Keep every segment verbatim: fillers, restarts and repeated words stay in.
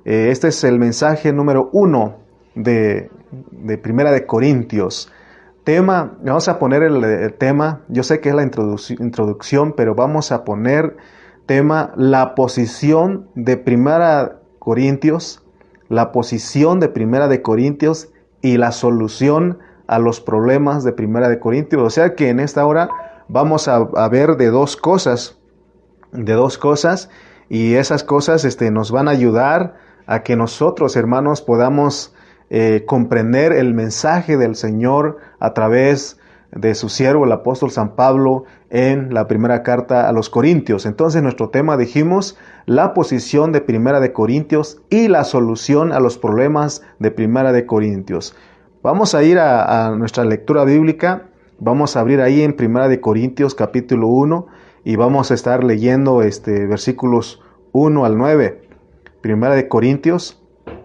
Eh, este es el mensaje número uno de, de Primera de Corintios. Tema, vamos a poner el, el tema, yo sé que es la introduc- introducción, pero vamos a poner tema la posición de Primera Corintios, la posición de Primera de Corintios y la solución a los problemas de Primera de Corintios. O sea que en esta hora vamos a, a ver de dos cosas, de dos cosas, y esas cosas este, nos van a ayudar a que nosotros, hermanos, podamos eh, comprender el mensaje del Señor a través de su siervo, el apóstol San Pablo, en la primera carta a los Corintios. Entonces, nuestro tema, dijimos, la posición de Primera de Corintios y la solución a los problemas de Primera de Corintios. Vamos a ir a, a nuestra lectura bíblica. Vamos a abrir ahí en Primera de Corintios capítulo uno y vamos a estar leyendo este versículos uno al nueve. Primera de Corintios.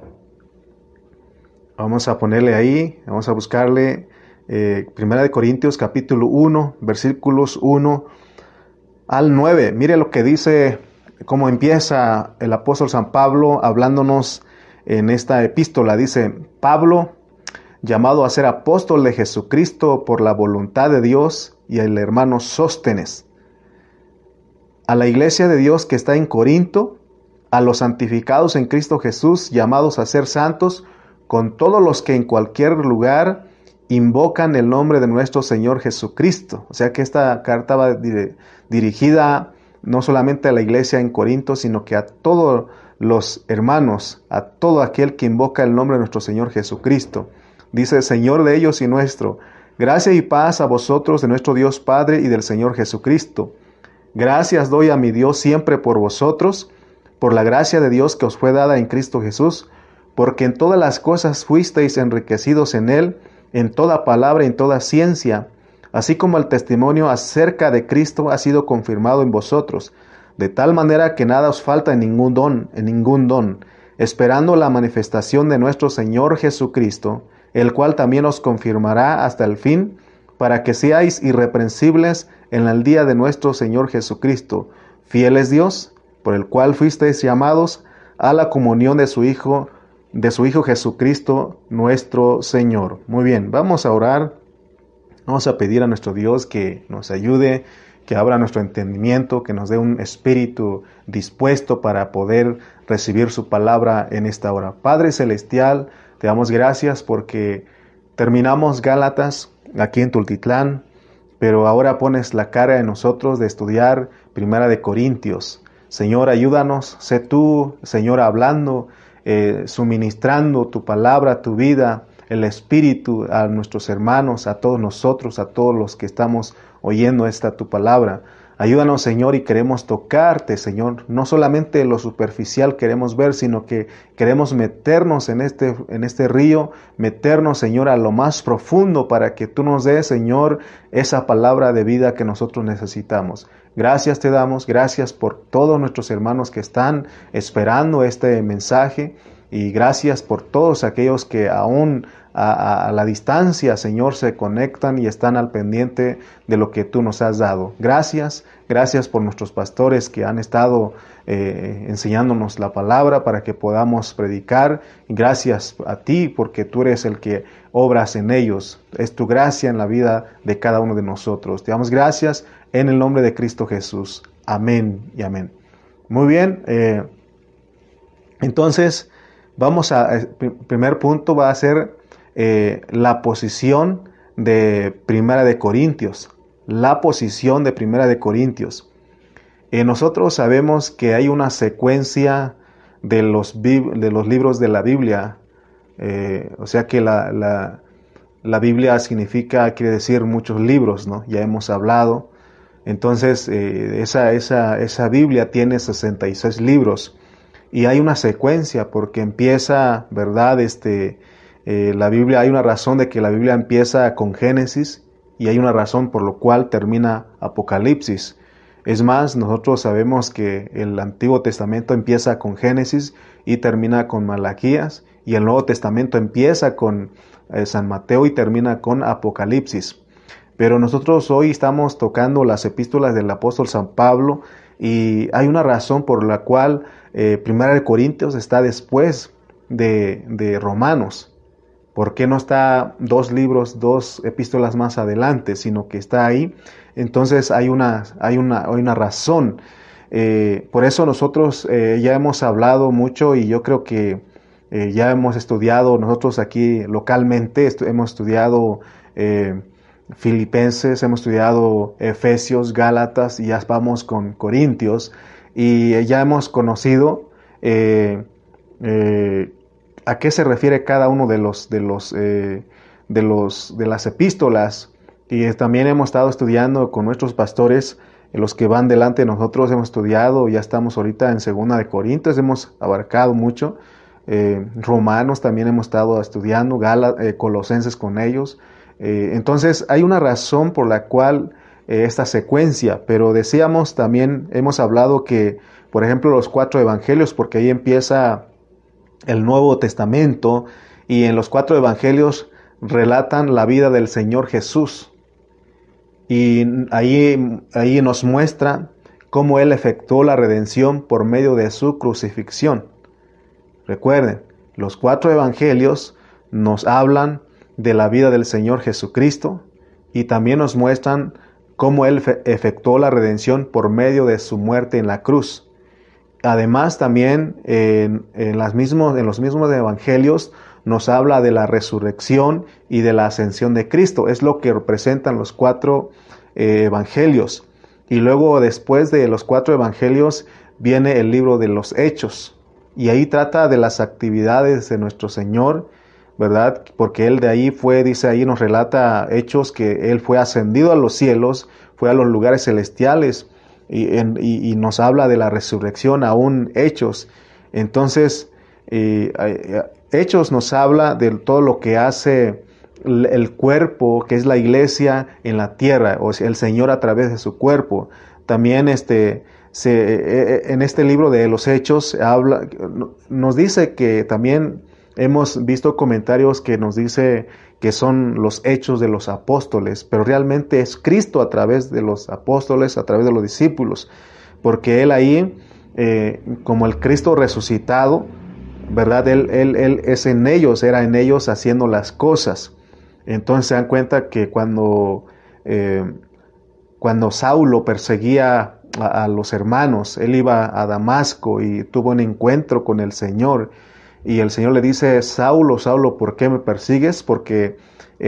Vamos a ponerle ahí, vamos a buscarle eh, Primera de Corintios capítulo uno, versículos uno al nueve. Mire lo que dice, cómo empieza el apóstol San Pablo hablándonos en esta epístola. Dice: Pablo, llamado a ser apóstol de Jesucristo por la voluntad de Dios, y el hermano Sóstenes, a la iglesia de Dios que está en Corinto, a los santificados en Cristo Jesús, llamados a ser santos, con todos los que en cualquier lugar invocan el nombre de nuestro Señor Jesucristo. O sea que esta carta va dir- dirigida no solamente a la iglesia en Corinto, sino que a todos los hermanos, a todo aquel que invoca el nombre de nuestro Señor Jesucristo. Dice: Señor de ellos y nuestro, gracia y paz a vosotros de nuestro Dios Padre y del Señor Jesucristo. Gracias doy a mi Dios siempre por vosotros, por la gracia de Dios que os fue dada en Cristo Jesús, porque en todas las cosas fuisteis enriquecidos en Él, en toda palabra y en toda ciencia, así como el testimonio acerca de Cristo ha sido confirmado en vosotros, de tal manera que nada os falta en ningún don, en ningún don, esperando la manifestación de nuestro Señor Jesucristo, el cual también os confirmará hasta el fin, para que seáis irreprensibles en el día de nuestro Señor Jesucristo. Fiel es Dios, por el cual fuisteis llamados a la comunión de su Hijo, de su Hijo Jesucristo, nuestro Señor. Muy bien, vamos a orar. Vamos a pedir a nuestro Dios que nos ayude, que abra nuestro entendimiento, que nos dé un espíritu dispuesto para poder recibir su palabra en esta hora. Padre Celestial, te damos gracias porque terminamos Gálatas aquí en Tultitlán, pero ahora pones la cara en nosotros de estudiar Primera de Corintios. Señor, ayúdanos, sé tú, Señor, hablando, eh, suministrando tu palabra, tu vida, el Espíritu a nuestros hermanos, a todos nosotros, a todos los que estamos oyendo esta tu palabra. Ayúdanos, Señor, y queremos tocarte, Señor. No solamente lo superficial queremos ver, sino que queremos meternos en este, en este río, meternos, Señor, a lo más profundo para que tú nos des, Señor, esa palabra de vida que nosotros necesitamos. Gracias te damos, gracias por todos nuestros hermanos que están esperando este mensaje. Y gracias por todos aquellos que aún a, a, a la distancia, Señor, se conectan y están al pendiente de lo que tú nos has dado. Gracias, gracias por nuestros pastores que han estado eh, enseñándonos la palabra para que podamos predicar. Y gracias a ti porque tú eres el que obras en ellos. Es tu gracia en la vida de cada uno de nosotros. Te damos gracias en el nombre de Cristo Jesús. Amén y amén. Muy bien, eh, entonces... Vamos a, el primer punto va a ser eh, la posición de Primera de Corintios. La posición de Primera de Corintios. Eh, nosotros sabemos que hay una secuencia de los, de los libros de la Biblia. Eh, o sea que la, la, la Biblia significa, quiere decir muchos libros, ¿no? Ya hemos hablado. Entonces, eh, esa, esa, esa Biblia tiene sesenta y seis libros. Y hay una secuencia porque empieza, ¿verdad? Este, eh, la Biblia, hay una razón de que la Biblia empieza con Génesis y hay una razón por lo cual termina Apocalipsis. Es más, nosotros sabemos que el Antiguo Testamento empieza con Génesis y termina con Malaquías, y el Nuevo Testamento empieza con eh, San Mateo y termina con Apocalipsis. Pero nosotros hoy estamos tocando las epístolas del apóstol San Pablo, Y hay una razón por la cual eh, Primera de Corintios está después de, de Romanos. ¿Por qué no está dos libros, dos epístolas más adelante, sino que está ahí? Entonces hay una, hay una, hay una razón. Eh, por eso nosotros eh, ya hemos hablado mucho y yo creo que eh, ya hemos estudiado, nosotros aquí localmente estu hemos estudiado eh, Filipenses, hemos estudiado Efesios, Gálatas y ya vamos con Corintios y eh, ya hemos conocido eh, eh, a qué se refiere cada uno de los de los eh, de los de las epístolas y eh, también hemos estado estudiando con nuestros pastores, eh, los que van delante de nosotros hemos estudiado, ya estamos ahorita en Segunda de Corintios, hemos abarcado mucho, eh, Romanos también hemos estado estudiando, Gala, eh, Colosenses con ellos, eh, entonces hay una razón por la cual eh, esta secuencia, pero decíamos también, hemos hablado que, por ejemplo, los cuatro evangelios, porque ahí empieza el Nuevo Testamento y en los cuatro evangelios relatan la vida del Señor Jesús y ahí, ahí nos muestra cómo Él efectuó la redención por medio de su crucifixión. Recuerden, los cuatro evangelios nos hablan de la vida del Señor Jesucristo y también nos muestran cómo Él efectuó la redención por medio de su muerte en la cruz. Además, también en, en, las mismos, en los mismos evangelios nos habla de la resurrección y de la ascensión de Cristo. Es lo que representan los cuatro eh, evangelios. Y luego, después de los cuatro evangelios, viene el libro de los Hechos. Y ahí trata de las actividades de nuestro Señor, ¿verdad? Porque Él de ahí fue, dice ahí, nos relata Hechos que Él fue ascendido a los cielos, fue a los lugares celestiales. Y, en, y, y nos habla de la resurrección, aún Hechos. Entonces, eh, eh, Hechos nos habla de todo lo que hace el, el cuerpo, que es la iglesia en la tierra, o sea, el Señor a través de su cuerpo. También este, se, eh, en este libro de los Hechos habla, nos dice que también hemos visto comentarios que nos dice que son los hechos de los apóstoles, pero realmente es Cristo a través de los apóstoles, a través de los discípulos, porque Él ahí, eh, como el Cristo resucitado, ¿verdad? Él, él, él es en ellos, era en ellos haciendo las cosas. Entonces se dan cuenta que cuando, eh, cuando Saulo perseguía a, a los hermanos, él iba a Damasco y tuvo un encuentro con el Señor, y el Señor le dice, Saulo, Saulo, ¿por qué me persigues? Porque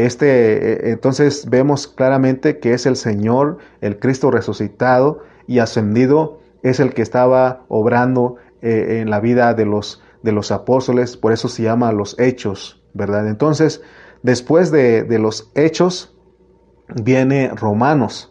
este, entonces vemos claramente que es el Señor, el Cristo resucitado y ascendido, es el que estaba obrando eh, en la vida de los, de los apóstoles, por eso se llama los Hechos, ¿verdad? Entonces, después de, de los Hechos, viene Romanos,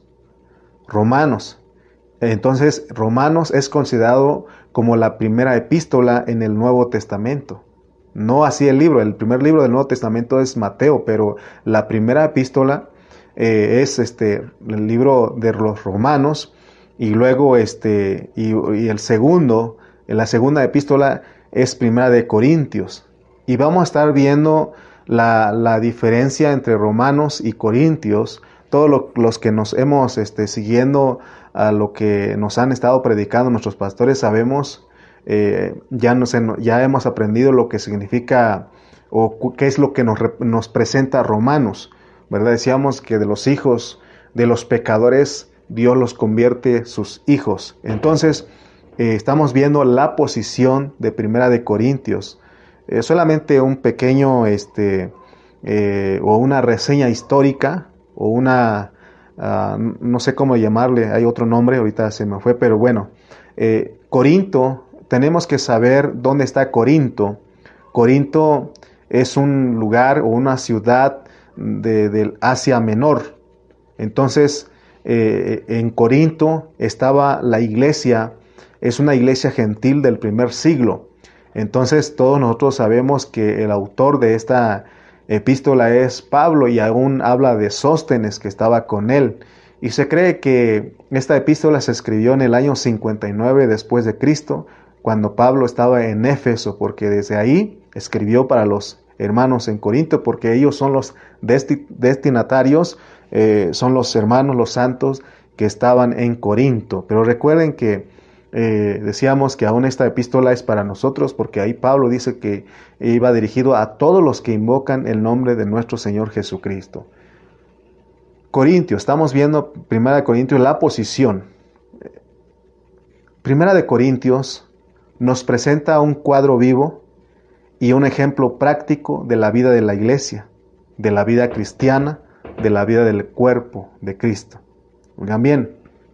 Romanos. Entonces, Romanos es considerado como la primera epístola en el Nuevo Testamento. No así el libro, el primer libro del Nuevo Testamento es Mateo, pero la primera epístola eh, es este, el libro de los Romanos, y luego este, y, y el segundo, la segunda epístola es Primera de Corintios. Y vamos a estar viendo la, la diferencia entre Romanos y Corintios. Todos lo, los que nos hemos este, siguiendo a lo que nos han estado predicando nuestros pastores, sabemos, eh, ya, nos, ya hemos aprendido lo que significa o qué es lo que nos, nos presenta Romanos, ¿verdad? Decíamos que de los hijos de los pecadores Dios los convierte sus hijos. Entonces, eh, estamos viendo la posición de Primera de Corintios. Eh, solamente un pequeño, este, eh, o una reseña histórica, o una, uh, no sé cómo llamarle, hay otro nombre, ahorita se me fue, pero bueno, eh, Corinto, tenemos que saber dónde está Corinto. Corinto es un lugar o una ciudad de, del Asia Menor. Entonces, eh, en Corinto estaba la iglesia, es una iglesia gentil del primer siglo. Entonces, todos nosotros sabemos que el autor de esta epístola es Pablo, y aún habla de Sóstenes que estaba con él. Y se cree que esta epístola se escribió en el año cincuenta y nueve después de Cristo, cuando Pablo estaba en Éfeso, porque desde ahí escribió para los hermanos en Corinto, porque ellos son los desti- destinatarios, eh, son los hermanos, los santos, que estaban en Corinto. Pero recuerden que eh, decíamos que aún esta epístola es para nosotros, porque ahí Pablo dice que iba dirigido a todos los que invocan el nombre de nuestro Señor Jesucristo. Corintios, estamos viendo Primera de Corintios, la posición. Primera de Corintios nos presenta un cuadro vivo y un ejemplo práctico de la vida de la iglesia, de la vida cristiana, de la vida del cuerpo de Cristo. Oigan bien,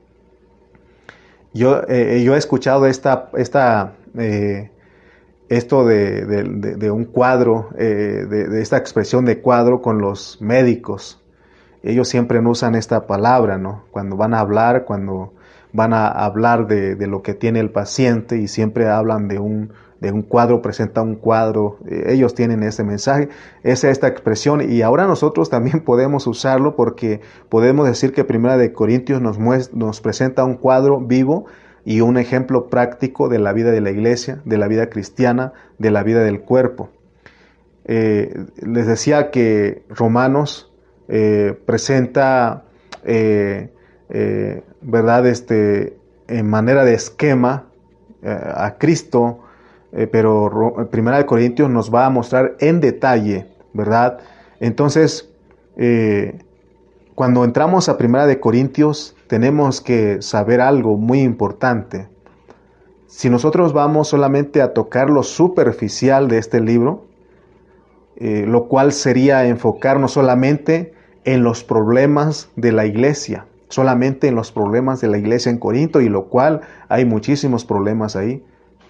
yo, eh, yo he escuchado esta, esta, eh, esto de, de, de, de un cuadro, eh, de, de esta expresión de cuadro con los médicos. Ellos siempre usan esta palabra, ¿no? Cuando van a hablar, cuando van a hablar de, de lo que tiene el paciente, y siempre hablan de un, de un cuadro, presenta un cuadro. Ellos tienen ese mensaje, es esta expresión, y ahora nosotros también podemos usarlo, porque podemos decir que Primera de Corintios nos, muestra, nos presenta un cuadro vivo y un ejemplo práctico de la vida de la iglesia, de la vida cristiana, de la vida del cuerpo. Eh, les decía que Romanos Eh, presenta, eh, eh, ¿verdad? Este, en manera de esquema eh, a Cristo, eh, pero Primera de Corintios nos va a mostrar en detalle, ¿verdad? Entonces, eh, cuando entramos a Primera de Corintios, tenemos que saber algo muy importante. Si nosotros vamos solamente a tocar lo superficial de este libro, Eh, lo cual sería enfocarnos solamente en los problemas de la iglesia, solamente en los problemas de la iglesia en Corinto, y lo cual hay muchísimos problemas ahí.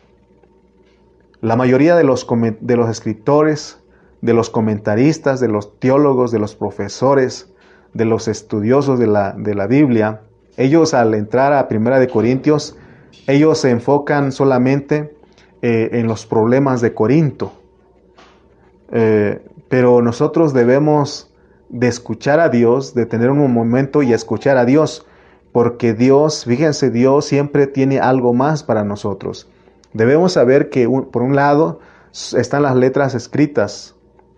La mayoría de los, de los escritores, de los comentaristas, de los teólogos, de los profesores, de los estudiosos de la, de la Biblia, ellos al entrar a Primera de Corintios, ellos se enfocan solamente eh, en los problemas de Corinto. Eh, pero nosotros debemos de escuchar a Dios, de tener un momento y escuchar a Dios, porque Dios, fíjense, Dios siempre tiene algo más para nosotros. Debemos saber que un, por un lado están las letras escritas,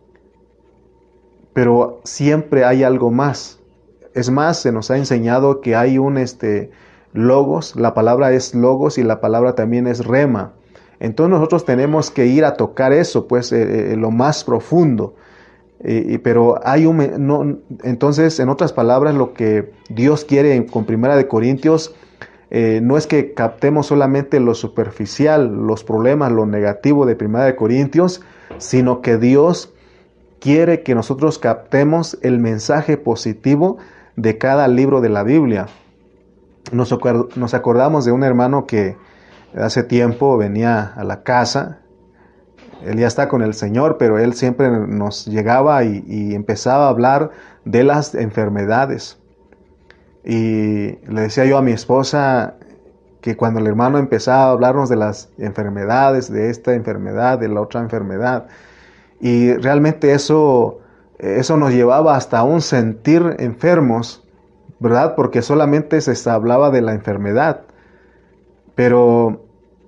pero siempre hay algo más. Es más, se nos ha enseñado que hay un este, logos, la palabra es logos y la palabra también es rema. Entonces nosotros tenemos que ir a tocar eso, pues eh, eh, lo más profundo. Eh, pero hay un, no, entonces, en otras palabras, lo que Dios quiere con Primera de Corintios eh, no es que captemos solamente lo superficial, los problemas, lo negativo de Primera de Corintios, sino que Dios quiere que nosotros captemos el mensaje positivo de cada libro de la Biblia. Nos, nos acordamos de un hermano que hace tiempo venía a la casa. Él ya está con el Señor, pero él siempre nos llegaba y, y empezaba a hablar de las enfermedades. Y le decía yo a mi esposa que cuando el hermano empezaba a hablarnos de las enfermedades, de esta enfermedad, de la otra enfermedad, y realmente eso, eso nos llevaba hasta un sentir enfermos, ¿verdad? Porque solamente se hablaba de la enfermedad. Pero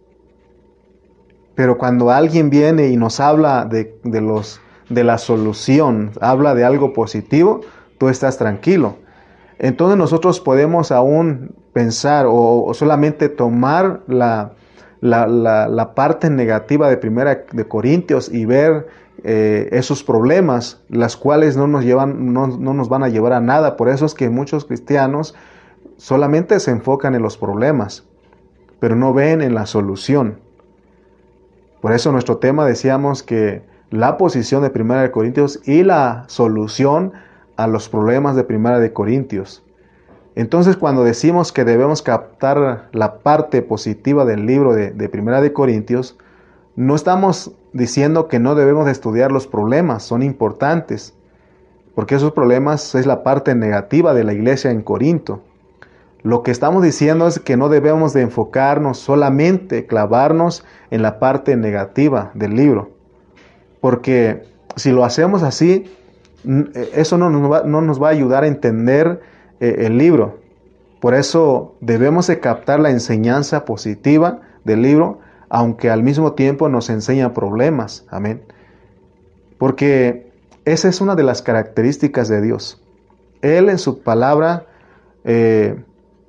Pero cuando alguien viene y nos habla de, de, los, de la solución, habla de algo positivo, tú estás tranquilo. Entonces nosotros podemos aún pensar o, o solamente tomar la, la, la, la parte negativa de Primera de Corintios y ver eh, esos problemas, las cuales no nos, llevan, no, no nos van a llevar a nada. Por eso es que muchos cristianos solamente se enfocan en los problemas, pero no ven en la solución. Por eso nuestro tema decíamos que la posición de Primera de Corintios y la solución a los problemas de Primera de Corintios. Entonces, cuando decimos que debemos captar la parte positiva del libro de, de Primera de Corintios, no estamos diciendo que no debemos de estudiar los problemas, son importantes, porque esos problemas es la parte negativa de la iglesia en Corinto. Lo que estamos diciendo es que no debemos de enfocarnos solamente, clavarnos en la parte negativa del libro. Porque si lo hacemos así, eso no nos va, no nos va a ayudar a entender eh, el libro. Por eso debemos de captar la enseñanza positiva del libro, aunque al mismo tiempo nos enseña problemas. Amén. Porque esa es una de las características de Dios. Él en su palabra... Eh,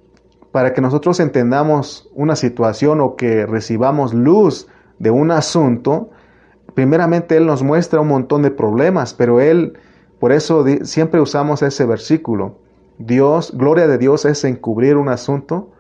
para que nosotros entendamos una situación o que recibamos luz de un asunto, primeramente Él nos muestra un montón de problemas, pero Él, por eso di- siempre usamos ese versículo. Dios, gloria de Dios es encubrir un asunto,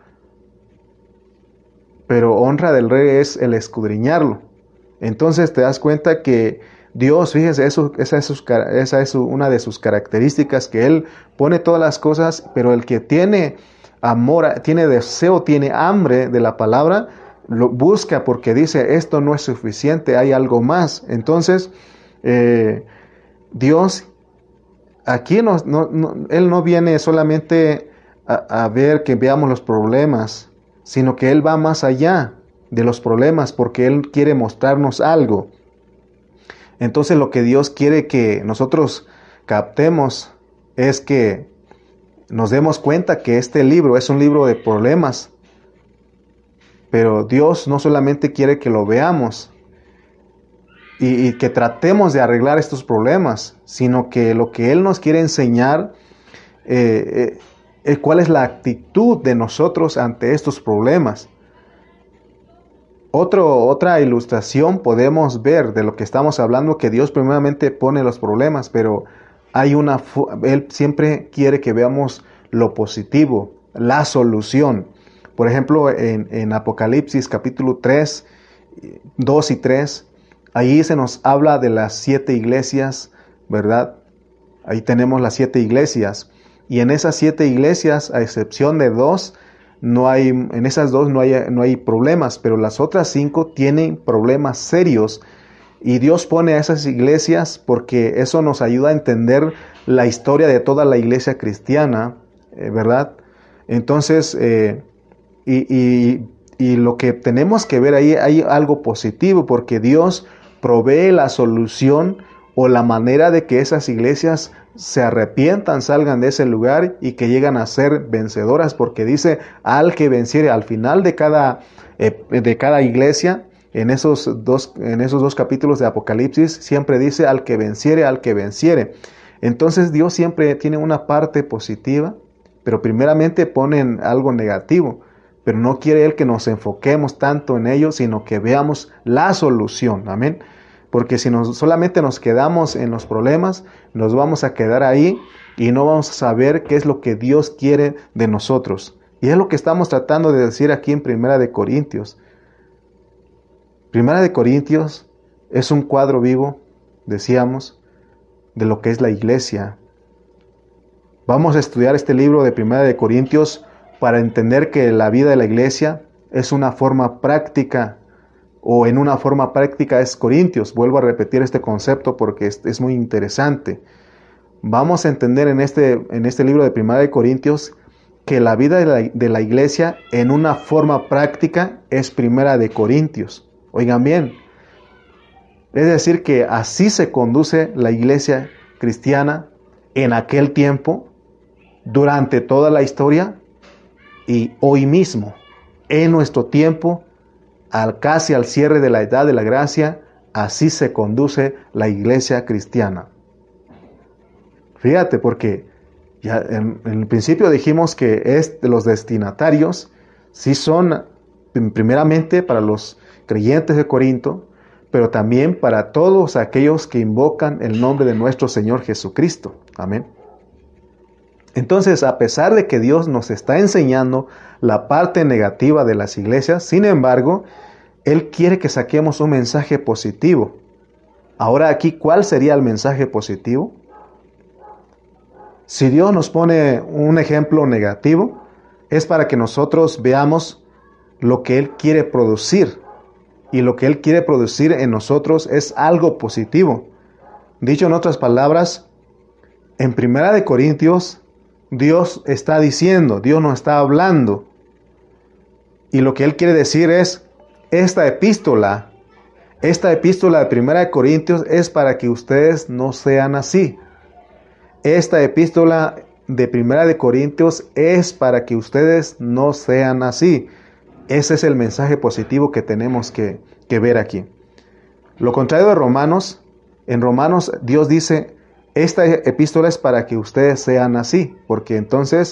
pero honra del rey es el escudriñarlo. Entonces te das cuenta que Dios, fíjese, eso, esa, es sus cara- esa es su- una de sus características, que Él pone todas las cosas, pero el que tiene amor, a- tiene deseo, tiene hambre de la palabra, lo busca porque dice, esto no es suficiente, hay algo más. Entonces, eh, Dios, aquí nos- no, no- Él no viene solamente a, a ver que veamos los problemas, sino que Él va más allá de los problemas porque Él quiere mostrarnos algo. Entonces lo que Dios quiere que nosotros captemos es que nos demos cuenta que este libro es un libro de problemas, pero Dios no solamente quiere que lo veamos y, y que tratemos de arreglar estos problemas, sino que lo que Él nos quiere enseñar, eh, eh, cuál es la actitud de nosotros ante estos problemas. Otro, otra ilustración podemos ver de lo que estamos hablando, que Dios primeramente pone los problemas, pero hay una, Él siempre quiere que veamos lo positivo, la solución. Por ejemplo, en, en Apocalipsis capítulo tres, dos y tres, ahí se nos habla de las siete iglesias, ¿verdad? Ahí tenemos las siete iglesias. Y en esas siete iglesias, a excepción de dos, no hay, en esas dos no hay, no hay problemas, pero las otras cinco tienen problemas serios. Y Dios pone a esas iglesias porque eso nos ayuda a entender la historia de toda la iglesia cristiana, eh, ¿verdad? Entonces, eh, y, y, y lo que tenemos que ver ahí, hay algo positivo, porque Dios provee la solución o la manera de que esas iglesias se arrepientan, salgan de ese lugar y que llegan a ser vencedoras, porque dice, al que venciere, al final de cada, eh, de cada iglesia, en esos, dos, en esos dos capítulos de Apocalipsis, siempre dice, al que venciere, al que venciere. Entonces Dios siempre tiene una parte positiva, pero primeramente pone algo negativo, pero no quiere Él que nos enfoquemos tanto en ello, sino que veamos la solución, amén. Porque si nos, solamente nos quedamos en los problemas, nos vamos a quedar ahí y no vamos a saber qué es lo que Dios quiere de nosotros. Y es lo que estamos tratando de decir aquí en Primera de Corintios. Primera de Corintios es un cuadro vivo, decíamos, de lo que es la iglesia. Vamos a estudiar este libro de Primera de Corintios para entender que la vida de la iglesia es una forma práctica, o en una forma práctica es Corintios. Vuelvo a repetir este concepto porque es, es muy interesante. Vamos a entender en este, en este libro de Primera de Corintios que la vida de la, de la iglesia en una forma práctica es Primera de Corintios. Oigan bien, es decir que así se conduce la iglesia cristiana en aquel tiempo, durante toda la historia y hoy mismo, en nuestro tiempo, al casi al cierre de la edad de la gracia, así se conduce la iglesia cristiana. Fíjate, porque ya en, en el principio dijimos que es de los destinatarios, sí son primeramente para los creyentes de Corinto, pero también para todos aquellos que invocan el nombre de nuestro Señor Jesucristo. Amén. Entonces, a pesar de que Dios nos está enseñando la parte negativa de las iglesias, sin embargo, Él quiere que saquemos un mensaje positivo. Ahora aquí, ¿cuál sería el mensaje positivo? Si Dios nos pone un ejemplo negativo, es para que nosotros veamos lo que Él quiere producir. Y lo que Él quiere producir en nosotros es algo positivo. Dicho en otras palabras, en Primera de Corintios, Dios está diciendo, Dios nos está hablando. Y lo que Él quiere decir es, esta epístola, esta epístola de Primera de Corintios es para que ustedes no sean así. Esta epístola de Primera de Corintios es para que ustedes no sean así. Ese es el mensaje positivo que tenemos que, que ver aquí. Lo contrario de Romanos, en Romanos Dios dice, esta epístola es para que ustedes sean así, porque entonces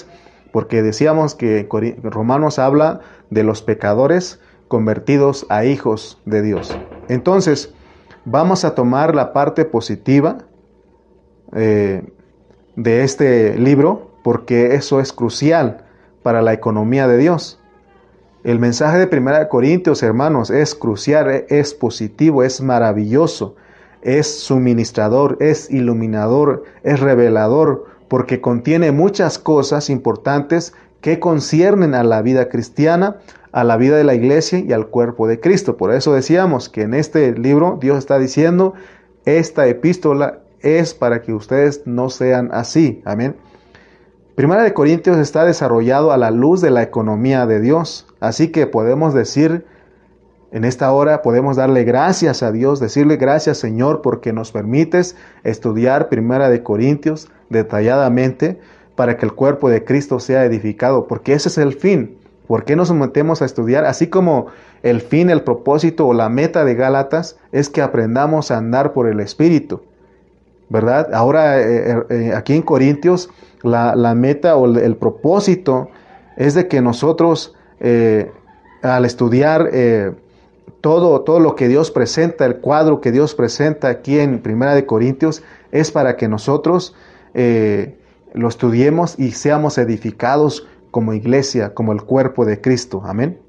porque decíamos que Romanos habla de los pecadores convertidos a hijos de Dios. Entonces, vamos a tomar la parte positiva eh, de este libro, porque eso es crucial para la economía de Dios. El mensaje de Primera de Corintios, hermanos, es crucial, es positivo, es maravilloso, es suministrador, es iluminador, es revelador, porque contiene muchas cosas importantes que conciernen a la vida cristiana, a la vida de la iglesia y al cuerpo de Cristo. Por eso decíamos que en este libro Dios está diciendo, esta epístola es para que ustedes no sean así. Amén. Primera de Corintios está desarrollado a la luz de la economía de Dios. Así que podemos decir, en esta hora podemos darle gracias a Dios, decirle gracias Señor porque nos permites estudiar Primera de Corintios detalladamente para que el cuerpo de Cristo sea edificado, porque ese es el fin. ¿Por qué nos metemos a estudiar? Así como el fin, el propósito o la meta de Gálatas es que aprendamos a andar por el Espíritu, ¿verdad? Ahora eh, eh, aquí en Corintios la, la meta o el, el propósito es de que nosotros eh, al estudiar eh, todo, todo lo que Dios presenta, el cuadro que Dios presenta aquí en Primera de Corintios, es para que nosotros eh, lo estudiemos y seamos edificados como iglesia, como el cuerpo de Cristo. Amén.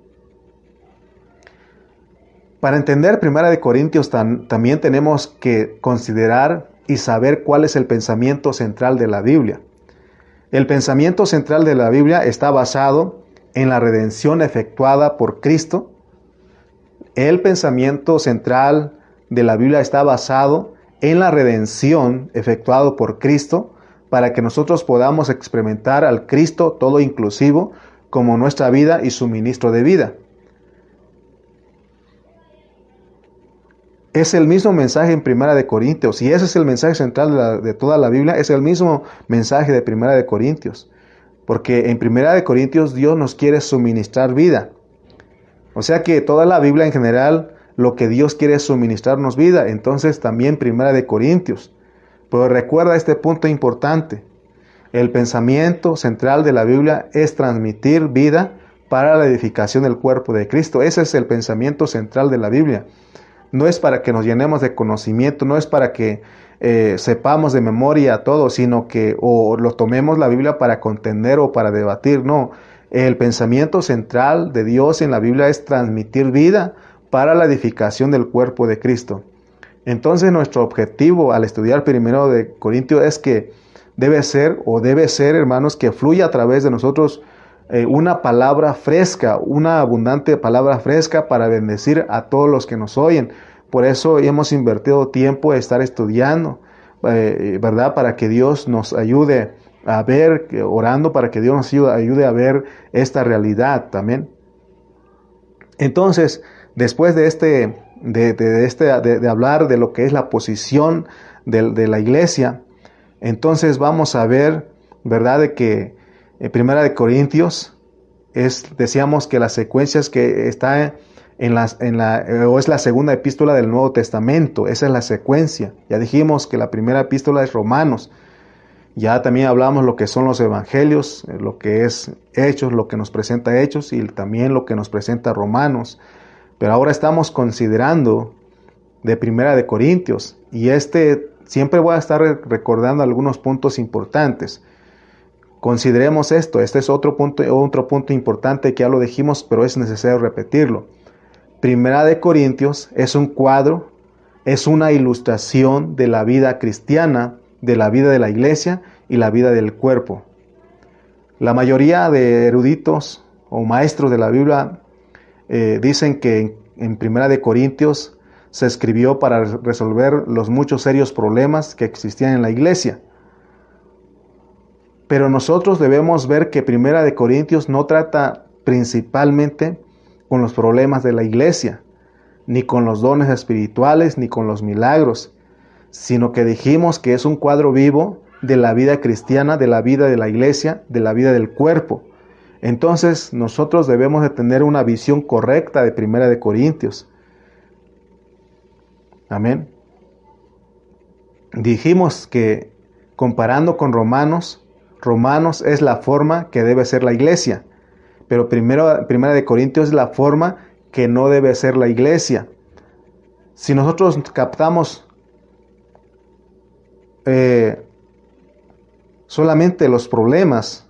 Para entender Primera de Corintios tam, también tenemos que considerar y saber cuál es el pensamiento central de la Biblia. El pensamiento central de la Biblia está basado en la redención efectuada por Cristo. El pensamiento central de la Biblia está basado en la redención efectuada por Cristo para que nosotros podamos experimentar al Cristo todo inclusivo como nuestra vida y suministro de vida. Es el mismo mensaje en Primera de Corintios, y ese es el mensaje central de, la, de toda la Biblia, es el mismo mensaje de Primera de Corintios, porque en Primera de Corintios Dios nos quiere suministrar vida. O sea que toda la Biblia en general, lo que Dios quiere es suministrarnos vida, entonces también Primera de Corintios. Pero recuerda este punto importante, el pensamiento central de la Biblia es transmitir vida para la edificación del cuerpo de Cristo. Ese es el pensamiento central de la Biblia. No es para que nos llenemos de conocimiento, no es para que eh, sepamos de memoria todo, sino que o lo tomemos la Biblia para contender o para debatir. No, el pensamiento central de Dios en la Biblia es transmitir vida para la edificación del cuerpo de Cristo. Entonces nuestro objetivo al estudiar Primero de Corintios es que debe ser o debe ser, hermanos, que fluya a través de nosotros Eh, una palabra fresca, una abundante palabra fresca para bendecir a todos los que nos oyen. Por eso hemos invertido tiempo en estar estudiando, eh, ¿verdad? Para que Dios nos ayude a ver, orando para que Dios nos ayude, ayude a ver esta realidad también. Entonces, después de este, de, de, de este, de, de hablar de lo que es la posición de, de la iglesia, entonces vamos a ver, ¿verdad? De que en Primera de Corintios es, decíamos que las secuencias que está en la, en la, o es la segunda epístola del Nuevo Testamento, esa es la secuencia. Ya dijimos que la primera epístola es Romanos, ya también hablamos lo que son los evangelios, lo que es Hechos, lo que nos presenta Hechos y también lo que nos presenta Romanos, pero ahora estamos considerando de Primera de Corintios y este, siempre voy a estar recordando algunos puntos importantes. Consideremos esto, este es otro punto, otro punto importante que ya lo dijimos, pero es necesario repetirlo. Primera de Corintios es un cuadro, es una ilustración de la vida cristiana, de la vida de la iglesia y la vida del cuerpo. La mayoría de eruditos o maestros de la Biblia eh, dicen que en Primera de Corintios se escribió para resolver los muchos serios problemas que existían en la iglesia. Pero nosotros debemos ver que Primera de Corintios no trata principalmente con los problemas de la iglesia, ni con los dones espirituales, ni con los milagros, sino que dijimos que es un cuadro vivo de la vida cristiana, de la vida de la iglesia, de la vida del cuerpo. Entonces nosotros debemos de tener una visión correcta de Primera de Corintios. Amén. Dijimos que comparando con Romanos, Romanos es la forma que debe ser la iglesia. Pero primero, Primera de Corintios es la forma que no debe ser la iglesia. Si nosotros captamos eh, solamente los problemas,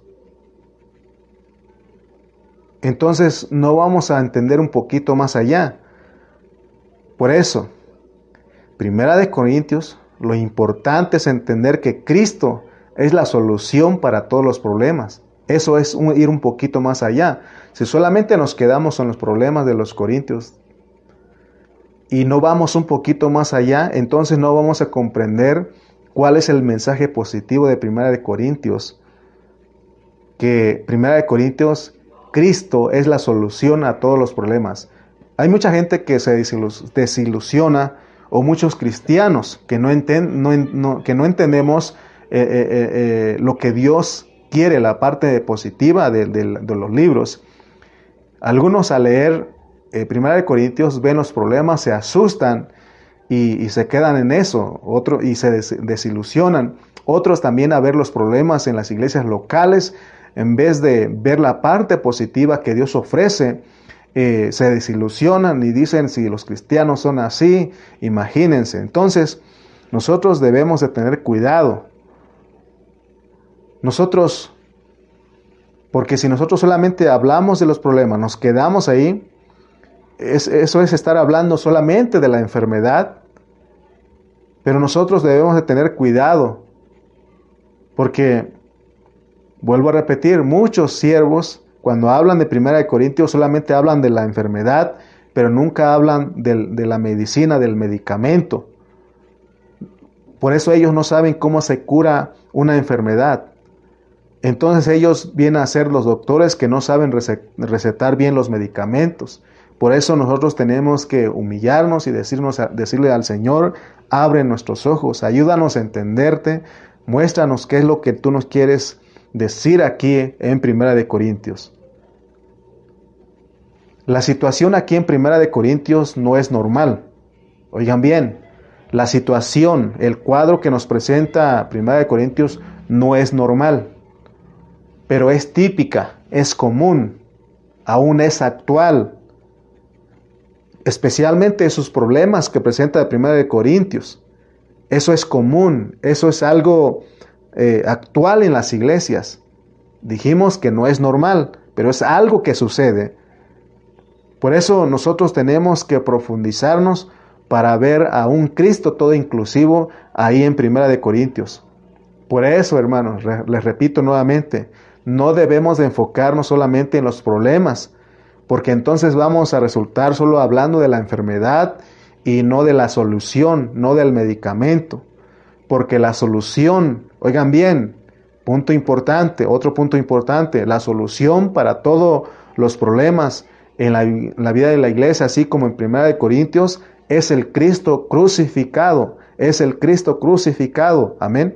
entonces no vamos a entender un poquito más allá. Por eso, Primera de Corintios, lo importante es entender que Cristo es la solución para todos los problemas. Eso es un, ir un poquito más allá. Si solamente nos quedamos en los problemas de los corintios y no vamos un poquito más allá, entonces no vamos a comprender cuál es el mensaje positivo de Primera de Corintios. Que Primera de Corintios, Cristo es la solución a todos los problemas. Hay mucha gente que se desilusiona, o muchos cristianos que no, enten, no, no, que no entendemos eh, eh, eh, lo que Dios quiere, la parte positiva de, de, de los libros. Algunos al leer eh, Primera de Corintios ven los problemas, se asustan y, y se quedan en eso, otro, y se des, desilusionan. Otros también a ver los problemas en las iglesias locales, en vez de ver la parte positiva que Dios ofrece, eh, se desilusionan y dicen, si los cristianos son así, imagínense. Entonces, nosotros debemos de tener cuidado. Nosotros, porque si nosotros solamente hablamos de los problemas, nos quedamos ahí, es, eso es estar hablando solamente de la enfermedad, pero nosotros debemos de tener cuidado, porque, vuelvo a repetir, muchos siervos, cuando hablan de Primera de Corintios, solamente hablan de la enfermedad, pero nunca hablan de, de la medicina, del medicamento. Por eso ellos no saben cómo se cura una enfermedad. Entonces ellos vienen a ser los doctores que no saben recetar bien los medicamentos. Por eso nosotros tenemos que humillarnos y decirnos, decirle al Señor, abre nuestros ojos, ayúdanos a entenderte, muéstranos qué es lo que tú nos quieres decir aquí en Primera de Corintios. La situación aquí en Primera de Corintios no es normal. Oigan bien, la situación, el cuadro que nos presenta Primera de Corintios no es normal, pero es típica, es común, aún es actual. Especialmente esos problemas que presenta Primera de Corintios. Eso es común, eso es algo eh, actual en las iglesias. Dijimos que no es normal, pero es algo que sucede. Por eso nosotros tenemos que profundizarnos para ver a un Cristo todo inclusivo ahí en Primera de Corintios. Por eso, hermanos, re, les repito nuevamente, no debemos de enfocarnos solamente en los problemas, porque entonces vamos a resultar solo hablando de la enfermedad y no de la solución, no del medicamento. Porque la solución, oigan bien, punto importante, otro punto importante, la solución para todos los problemas en la, en la vida de la iglesia, así como en Primera de Corintios, es el Cristo crucificado, es el Cristo crucificado, amén.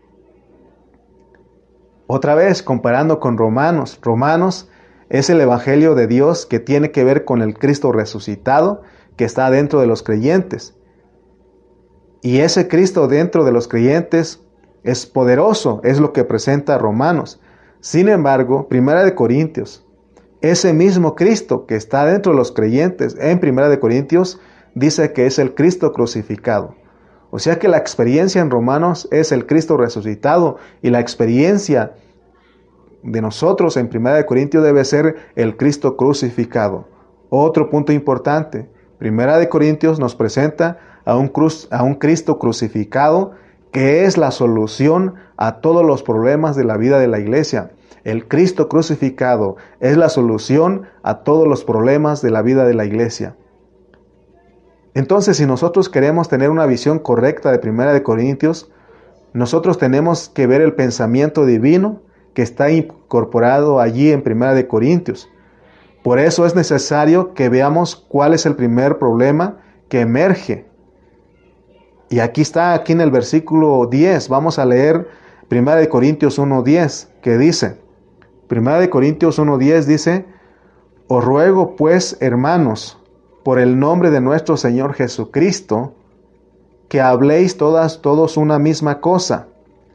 Otra vez, comparando con Romanos, Romanos es el Evangelio de Dios que tiene que ver con el Cristo resucitado que está dentro de los creyentes. Y ese Cristo dentro de los creyentes es poderoso, es lo que presenta Romanos. Sin embargo, Primera de Corintios, ese mismo Cristo que está dentro de los creyentes en Primera de Corintios, dice que es el Cristo crucificado. O sea que la experiencia en Romanos es el Cristo resucitado y la experiencia de nosotros en Primera de Corintios debe ser el Cristo crucificado. Otro punto importante, Primera de Corintios nos presenta a un, cruz, a un Cristo crucificado que es la solución a todos los problemas de la vida de la iglesia. El Cristo crucificado es la solución a todos los problemas de la vida de la iglesia. Entonces, si nosotros queremos tener una visión correcta de Primera de Corintios, nosotros tenemos que ver el pensamiento divino que está incorporado allí en Primera de Corintios. Por eso es necesario que veamos cuál es el primer problema que emerge. Y aquí está, aquí en el versículo diez, vamos a leer Primera de Corintios uno diez, que dice, Primera de Corintios uno diez dice, os ruego pues, hermanos, por el nombre de nuestro Señor Jesucristo, que habléis todas, todos una misma cosa,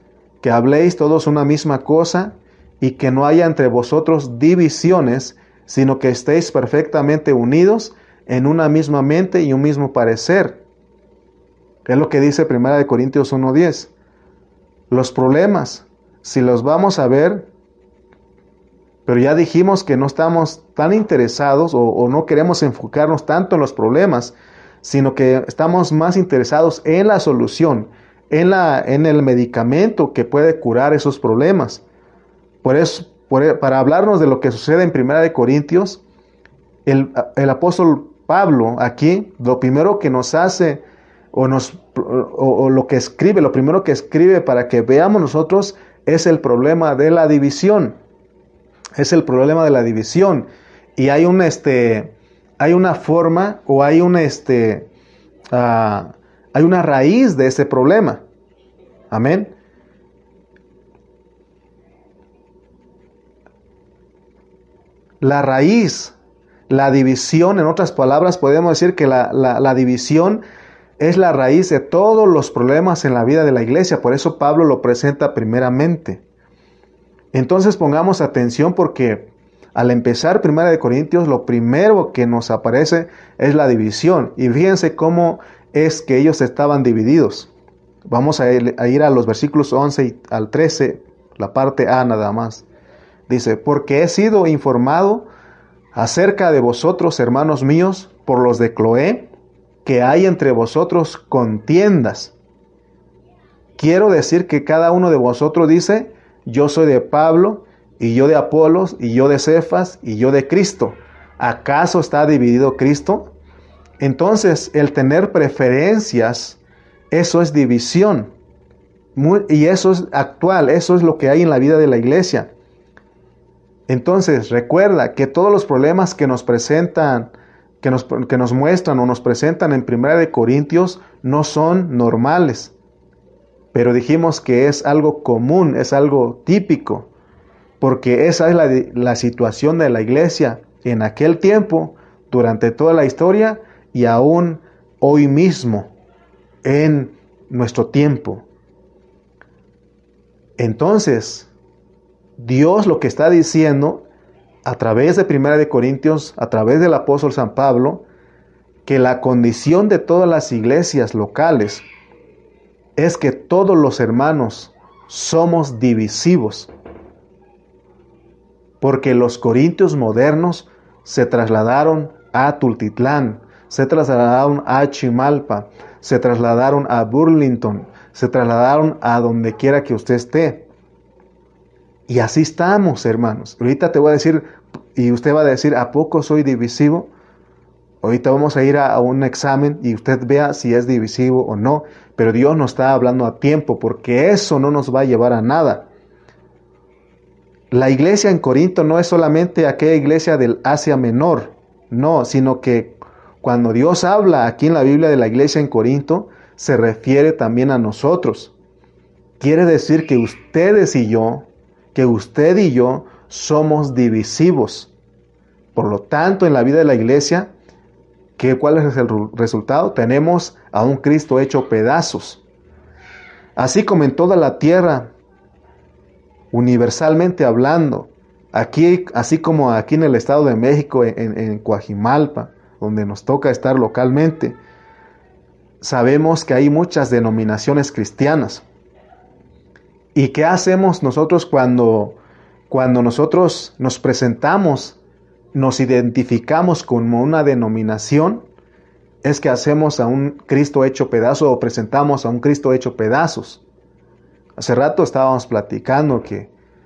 que habléis todos una misma cosa y que no haya entre vosotros divisiones, sino que estéis perfectamente unidos en una misma mente y un mismo parecer. Es lo que dice primera de Corintios uno diez. Los problemas, si los vamos a ver, pero ya dijimos que no estamos tan interesados o, o no queremos enfocarnos tanto en los problemas, sino que estamos más interesados en la solución, en, la, en el medicamento que puede curar esos problemas. Por eso, por, para hablarnos de lo que sucede en primera de Corintios, el, el apóstol Pablo aquí, lo primero que nos hace, o, nos, o, o lo que escribe, lo primero que escribe para que veamos nosotros, es el problema de la división. Es el problema de la división. Y hay un, este, hay una forma, o hay un, este, uh, hay una raíz de ese problema. Amén. La raíz, la división, en otras palabras, podemos decir que la, la, la división es la raíz de todos los problemas en la vida de la iglesia. Por eso Pablo lo presenta primeramente. Entonces pongamos atención, porque al empezar primera de Corintios, lo primero que nos aparece es la división. Y fíjense cómo es que ellos estaban divididos. Vamos a ir a, ir a los versículos once al trece, la parte A nada más. Dice, porque he sido informado acerca de vosotros, hermanos míos, por los de Cloé, que hay entre vosotros contiendas. Quiero decir que cada uno de vosotros dice, yo soy de Pablo, y yo de Apolos, y yo de Cefas, y yo de Cristo. ¿Acaso está dividido Cristo? Entonces, el tener preferencias, eso es división. Muy, y eso es actual, eso es lo que hay en la vida de la iglesia. Entonces, recuerda que todos los problemas que nos presentan, que nos, que nos muestran o nos presentan en primera de Corintios, no son normales. Pero dijimos que es algo común, es algo típico, porque esa es la, la situación de la iglesia en aquel tiempo, durante toda la historia y aún hoy mismo, en nuestro tiempo. Entonces, Dios lo que está diciendo a través de primera de Corintios, a través del apóstol San Pablo, que la condición de todas las iglesias locales es que todos los hermanos somos divisivos, porque los corintios modernos se trasladaron a Tultitlán, se trasladaron a Chimalpa, se trasladaron a Burlington, se trasladaron a donde quiera que usted esté. Y así estamos, hermanos. Ahorita te voy a decir, y usted va a decir, ¿a poco soy divisivo? Ahorita vamos a ir a, a un examen y usted vea si es divisivo o no. Pero Dios nos está hablando a tiempo, porque eso no nos va a llevar a nada. La iglesia en Corinto no es solamente aquella iglesia del Asia Menor, no, sino que cuando Dios habla aquí en la Biblia de la iglesia en Corinto, se refiere también a nosotros. Quiere decir que ustedes y yo, que usted y yo somos divisivos. Por lo tanto, en la vida de la iglesia, ¿qué, ¿cuál es el resultado? Tenemos a un Cristo hecho pedazos. Así como en toda la tierra, universalmente hablando, aquí, así como aquí en el Estado de México, en, en Coajimalpa, donde nos toca estar localmente, sabemos que hay muchas denominaciones cristianas. ¿Y qué hacemos nosotros cuando, cuando nosotros nos presentamos, nos identificamos como una denominación? Es que hacemos a un Cristo hecho pedazos o presentamos a un Cristo hecho pedazos. Hace rato estábamos platicando que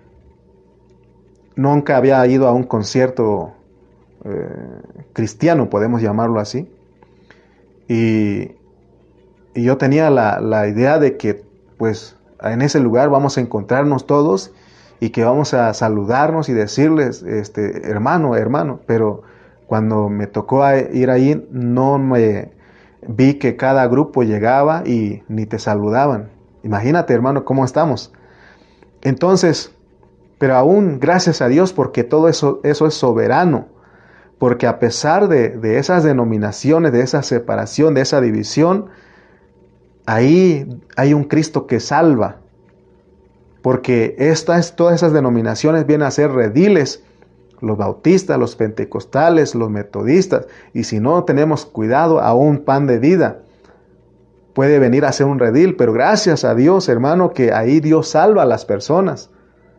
nunca había ido a un concierto eh, cristiano, podemos llamarlo así. Y, y yo tenía la, la idea de que, pues, en ese lugar vamos a encontrarnos todos y que vamos a saludarnos y decirles, este, hermano, hermano. Pero cuando me tocó ir ahí, no me vi que cada grupo llegaba y ni te saludaban. Imagínate, hermano, cómo estamos. Entonces, pero aún gracias a Dios, porque todo eso, eso es soberano. Porque a pesar de, de esas denominaciones, de esa separación, de esa división, ahí hay un Cristo que salva. porque estas, todas esas denominaciones vienen a ser rediles, los bautistas, los pentecostales, los metodistas, y si no tenemos cuidado, a un pan de vida puede venir a ser un redil, pero gracias a Dios, hermano, que ahí Dios salva a las personas.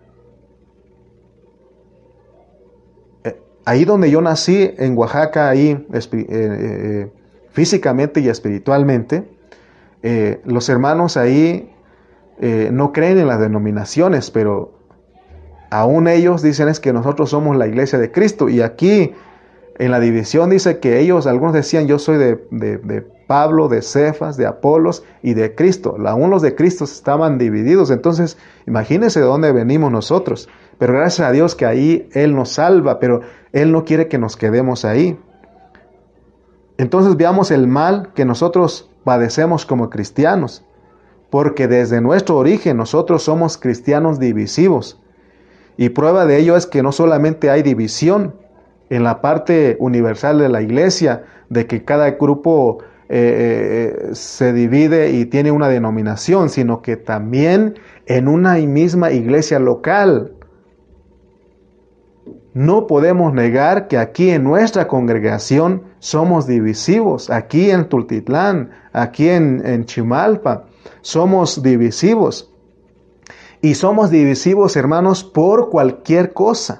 Ahí donde yo nací, en Oaxaca, ahí eh, eh, físicamente y espiritualmente, eh, los hermanos ahí eh, no creen en las denominaciones, pero aún ellos dicen es que nosotros somos la iglesia de Cristo. Y aquí en la división dice que ellos, algunos decían yo soy de, de, de Pablo, de Cefas, de Apolos y de Cristo. Aún los de Cristo estaban divididos. Entonces imagínense de dónde venimos nosotros. Pero gracias a Dios que ahí Él nos salva, pero Él no quiere que nos quedemos ahí. Entonces veamos el mal que nosotros padecemos como cristianos, porque desde nuestro origen nosotros somos cristianos divisivos. Y prueba de ello es que no solamente hay división en la parte universal de la iglesia, de que cada grupo eh, eh, se divide y tiene una denominación, sino que también en una y misma iglesia local. No podemos negar que aquí en nuestra congregación somos divisivos. Aquí en Tultitlán, aquí en, en Chimalpa, somos divisivos. Y somos divisivos, hermanos, por cualquier cosa.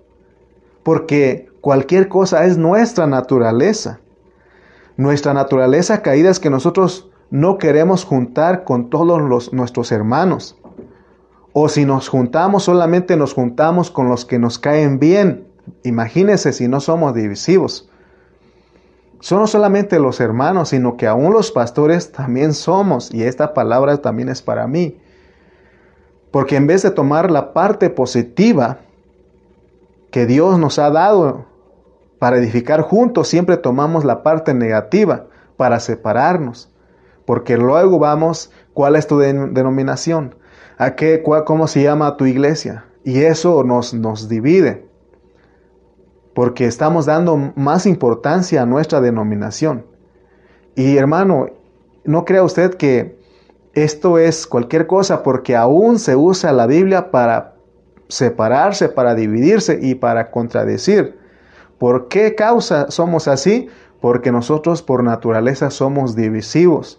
Porque cualquier cosa es nuestra naturaleza. Nuestra naturaleza caída es que nosotros no queremos juntar con todos los, nuestros hermanos. O si nos juntamos, solamente nos juntamos con los que nos caen bien. Imagínense si no somos divisivos. Son no solamente los hermanos, sino que aún los pastores también somos. Y esta palabra también es para mí. Porque en vez de tomar la parte positiva que Dios nos ha dado para edificar juntos, siempre tomamos la parte negativa para separarnos. Porque luego vamos, ¿cuál es tu denominación? ¿A qué, cuál, cómo se llama tu iglesia? Y eso nos, nos divide. Porque estamos dando más importancia a nuestra denominación. Y hermano, no crea usted que esto es cualquier cosa, porque aún se usa la Biblia para separarse, para dividirse y para contradecir. ¿Por qué causa somos así? Porque nosotros por naturaleza somos divisivos.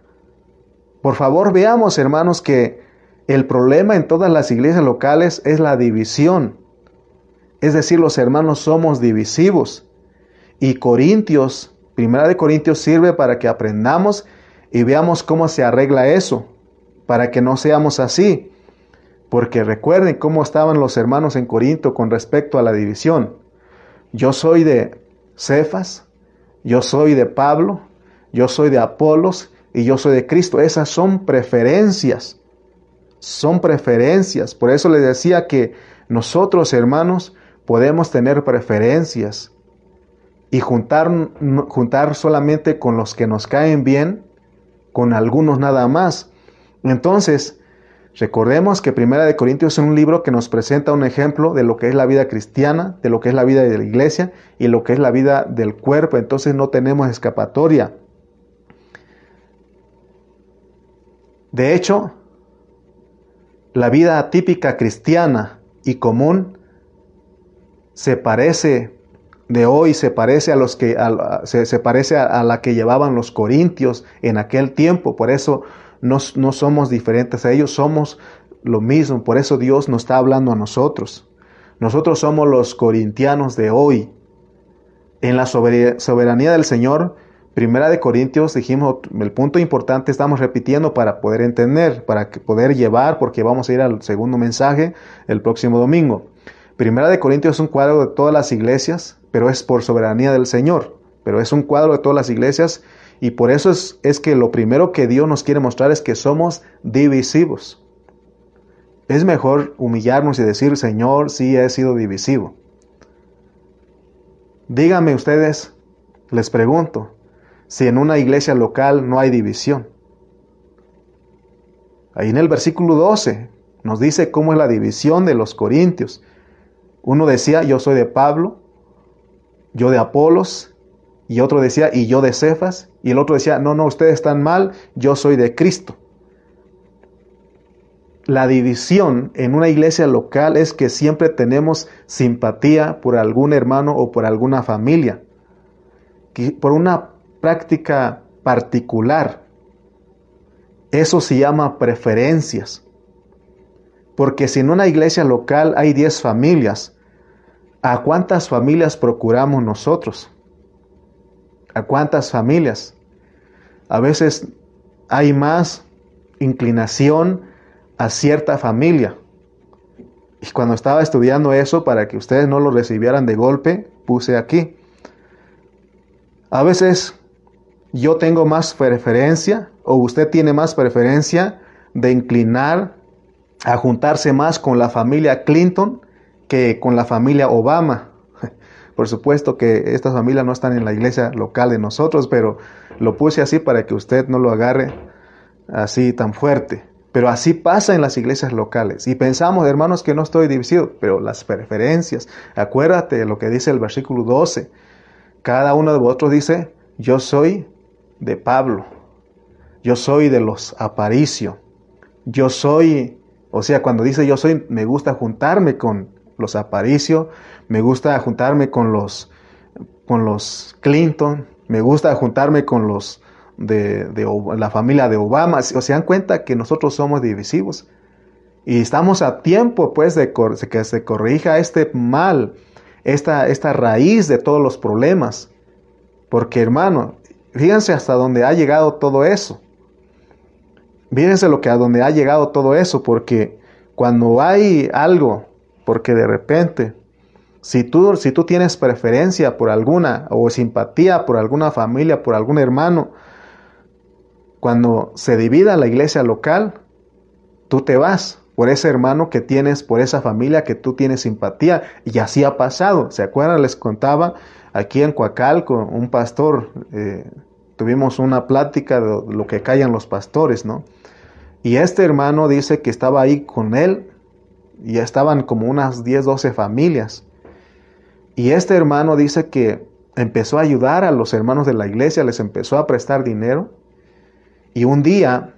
Por favor, veamos, hermanos, que el problema en todas las iglesias locales es la división. Es decir, los hermanos somos divisivos. Y Corintios, Primera de Corintios sirve para que aprendamos y veamos cómo se arregla eso, para que no seamos así. Porque recuerden cómo estaban los hermanos en Corinto con respecto a la división. Yo soy de Cefas, yo soy de Pablo, yo soy de Apolos y yo soy de Cristo. Esas son preferencias. Son preferencias. Por eso les decía que nosotros, hermanos, podemos tener preferencias y juntar, juntar solamente con los que nos caen bien, con algunos nada más. Entonces, recordemos que Primera de Corintios es un libro que nos presenta un ejemplo de lo que es la vida cristiana, de lo que es la vida de la iglesia y lo que es la vida del cuerpo. Entonces no tenemos escapatoria. De hecho, la vida típica cristiana y común se parece de hoy, se parece a los que a, se, se parece a, a la que llevaban los corintios en aquel tiempo. Por eso no, no somos diferentes a ellos, somos lo mismo. Por eso Dios nos está hablando a nosotros. Nosotros somos los corintianos de hoy. En la soberanía del Señor, Primera de Corintios, dijimos, el punto importante, estamos repitiendo para poder entender, para poder llevar, porque vamos a ir al segundo mensaje el próximo domingo. Primera de Corintios es un cuadro de todas las iglesias, pero es por soberanía del Señor. Pero es un cuadro de todas las iglesias y por eso es, es que lo primero que Dios nos quiere mostrar es que somos divisivos. Es mejor humillarnos y decir, Señor, sí he sido divisivo. Díganme ustedes, les pregunto, si en una iglesia local no hay división. Ahí en el versículo doce nos dice cómo es la división de los corintios. Uno decía, yo soy de Pablo, yo de Apolos, y otro decía, y yo de Cefas, y el otro decía, no, no, ustedes están mal, yo soy de Cristo. la división en una iglesia local es que siempre tenemos simpatía por algún hermano o por alguna familia, por una práctica particular. Eso se llama preferencias. Porque si en una iglesia local hay diez familias, ¿a cuántas familias procuramos nosotros? ¿A cuántas familias? A veces hay más inclinación a cierta familia. Y cuando estaba estudiando eso, para que ustedes no lo recibieran de golpe, puse aquí. A veces yo tengo más preferencia, o usted tiene más preferencia de inclinar a juntarse más con la familia Clinton que con la familia Obama. Por supuesto que estas familias no están en la iglesia local de nosotros, pero lo puse así para que usted no lo agarre así tan fuerte. Pero así pasa en las iglesias locales. Y pensamos, hermanos, que no estoy dividido, pero las preferencias. Acuérdate de lo que dice el versículo doce. Cada uno de vosotros dice, yo soy de Pablo. Yo soy de los Aparicio. Yo soy, o sea, cuando dice yo soy, me gusta juntarme con los Aparicio. Me gusta juntarme con los, con los Clinton. Me gusta juntarme con los De, de la familia de Obama. O se dan cuenta que nosotros somos divisivos y estamos a tiempo pues de que se corrija este mal, esta, esta raíz de todos los problemas, porque hermano, fíjense hasta dónde ha llegado todo eso. Fíjense lo que a dónde ha llegado todo eso, porque cuando hay algo, porque de repente Si tú, si tú tienes preferencia por alguna o simpatía por alguna familia, por algún hermano, cuando se divida la iglesia local, tú te vas por ese hermano que tienes, por esa familia que tú tienes simpatía. Y así ha pasado. ¿Se acuerdan? Les contaba aquí en Coacalco, un pastor, eh, tuvimos una plática de lo que callan los pastores, ¿no? Y este hermano dice que estaba ahí con él y estaban como unas diez, doce familias. Y este hermano dice que empezó a ayudar a los hermanos de la iglesia, les empezó a prestar dinero. Y un día,